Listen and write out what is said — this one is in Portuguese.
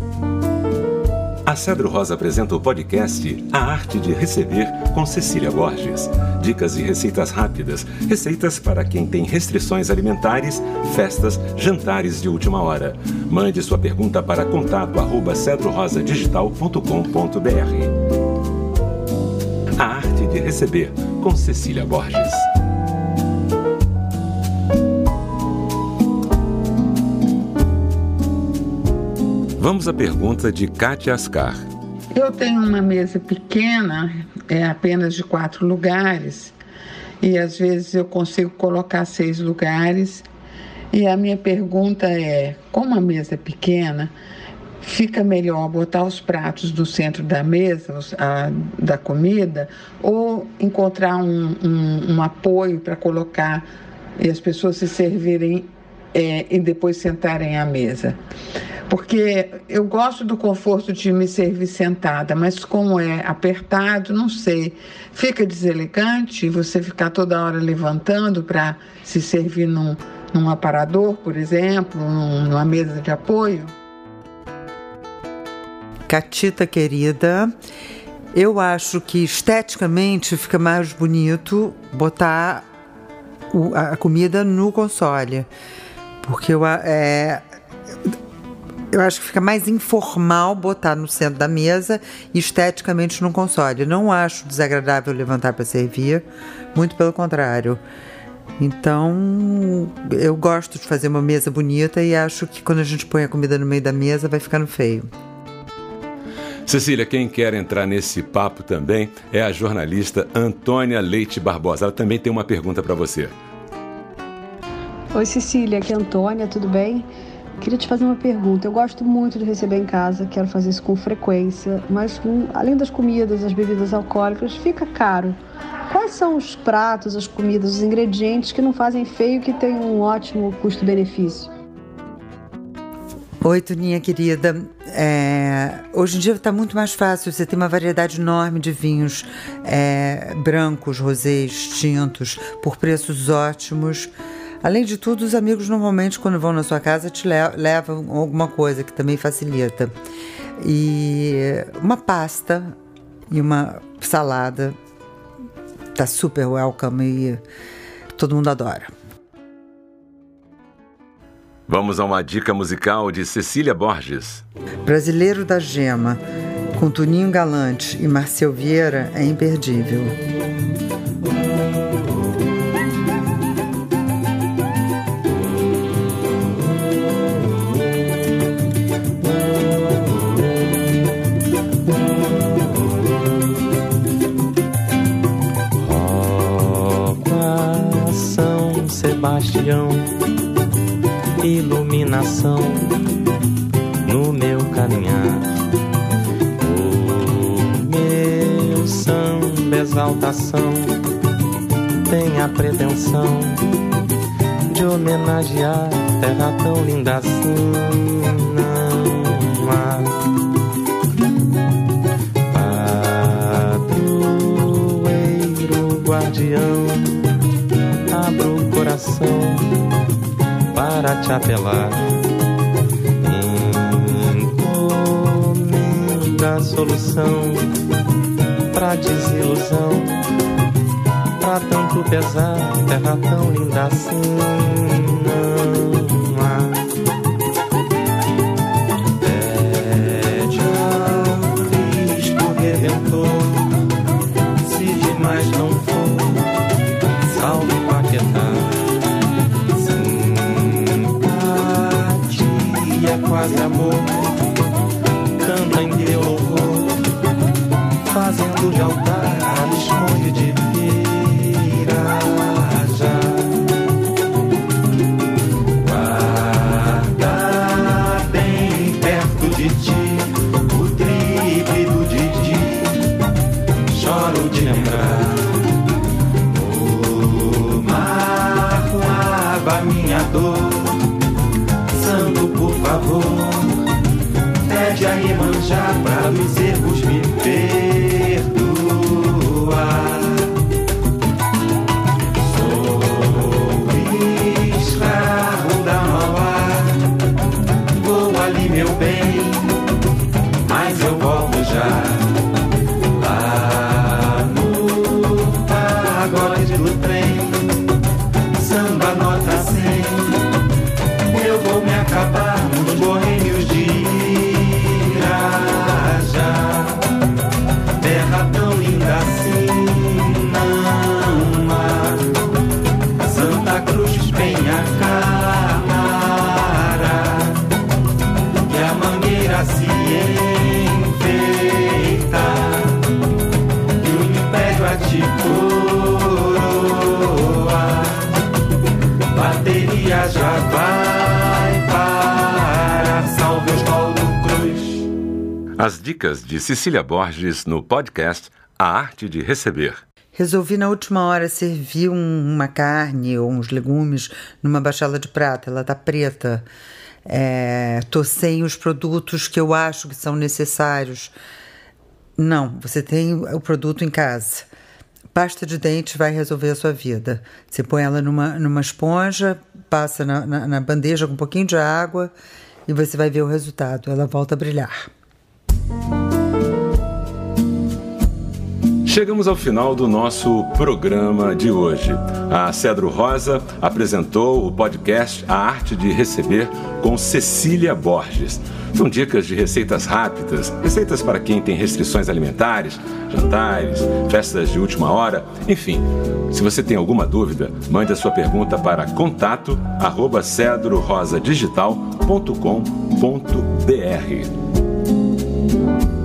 A Cedro Rosa apresenta o podcast A Arte de Receber com Cecília Borges. Dicas e receitas rápidas, receitas para quem tem restrições alimentares, festas, jantares de última hora. Mande sua pergunta para contato@cedrorosadigital.com.br. A Arte de Receber com Cecília Borges. Vamos à pergunta de Kátia Ascar. Eu tenho uma mesa pequena, apenas de 4 lugares, e às vezes eu consigo colocar 6 lugares. E a minha pergunta é, como a mesa é pequena, fica melhor botar os pratos no centro da mesa, da comida, ou encontrar um apoio para colocar e as pessoas se servirem e depois sentarem à mesa? Porque eu gosto do conforto de me servir sentada, mas como é apertado, não sei, fica deselegante você ficar toda hora levantando para se servir num aparador, por exemplo, numa mesa de apoio? Catita querida, eu acho que esteticamente fica mais bonito botar a comida no console, porque eu acho que fica mais informal botar no centro da mesa e esteticamente no console. Não acho desagradável levantar para servir, muito pelo contrário. Então, eu gosto de fazer uma mesa bonita e acho que quando a gente põe a comida no meio da mesa vai ficando feio. Cecília, quem quer entrar nesse papo também é a jornalista Antônia Leite Barbosa. Ela também tem uma pergunta para você. Oi, Cecília, aqui é a Antônia, tudo bem? Queria te fazer uma pergunta. Eu gosto muito de receber em casa, quero fazer isso com frequência, mas além das comidas, as bebidas alcoólicas, fica caro. Quais são os pratos, as comidas, os ingredientes que não fazem feio, que tem um ótimo custo-benefício? Oi, Toninha querida. Hoje em dia está muito mais fácil, você tem uma variedade enorme de vinhos brancos, rosés, tintos, por preços ótimos. Além de tudo, os amigos normalmente, quando vão na sua casa, te levam alguma coisa que também facilita. E uma pasta e uma salada tá super welcome e todo mundo adora. Vamos a uma dica musical de Cecília Borges. Brasileiro da Gema, com Toninho Galante e Marcel Vieira, é imperdível. Sebastião, iluminação no meu caminhar. O meu samba, exaltação, tem a pretensão de homenagear terra tão linda assim. Não há padroeiro, guardião, abro o coração para te apelar. Encomenda a solução pra desilusão, pra tanto pesar, terra tão linda assim. Não há. Pede ao Cristo Redentor, se demais não for, salve Paquetá. Simpatia é quase amor, canta em teu louvor, fazendo de altar a esconde de Pirajá. Guarda bem perto de ti o triple do Didi, choro de lembrar. Minha dor, santo, por favor, pede a Iemanjá pra nos erros me perdoar. Sou escravo da Mauá, vou ali, meu bem, já se enfeita e o império a te coroa. Bateria já vai para São Oswaldo Cruz. As dicas de Cecília Borges no podcast A Arte de Receber. Resolvi na última hora servir uma carne ou uns legumes numa baixala de prata. Ela tá preta. Tô sem os produtos que eu acho que são necessários. Não, você tem o produto em casa. Pasta de dente vai resolver a sua vida. Você põe ela numa esponja, passa na bandeja com um pouquinho de água e você vai ver o resultado. Ela volta a brilhar. Chegamos ao final do nosso programa de hoje. A Cedro Rosa apresentou o podcast A Arte de Receber com Cecília Borges. São dicas de receitas rápidas, receitas para quem tem restrições alimentares, jantares, festas de última hora, enfim. Se você tem alguma dúvida, mande a sua pergunta para contato@cedrorosadigital.com.br.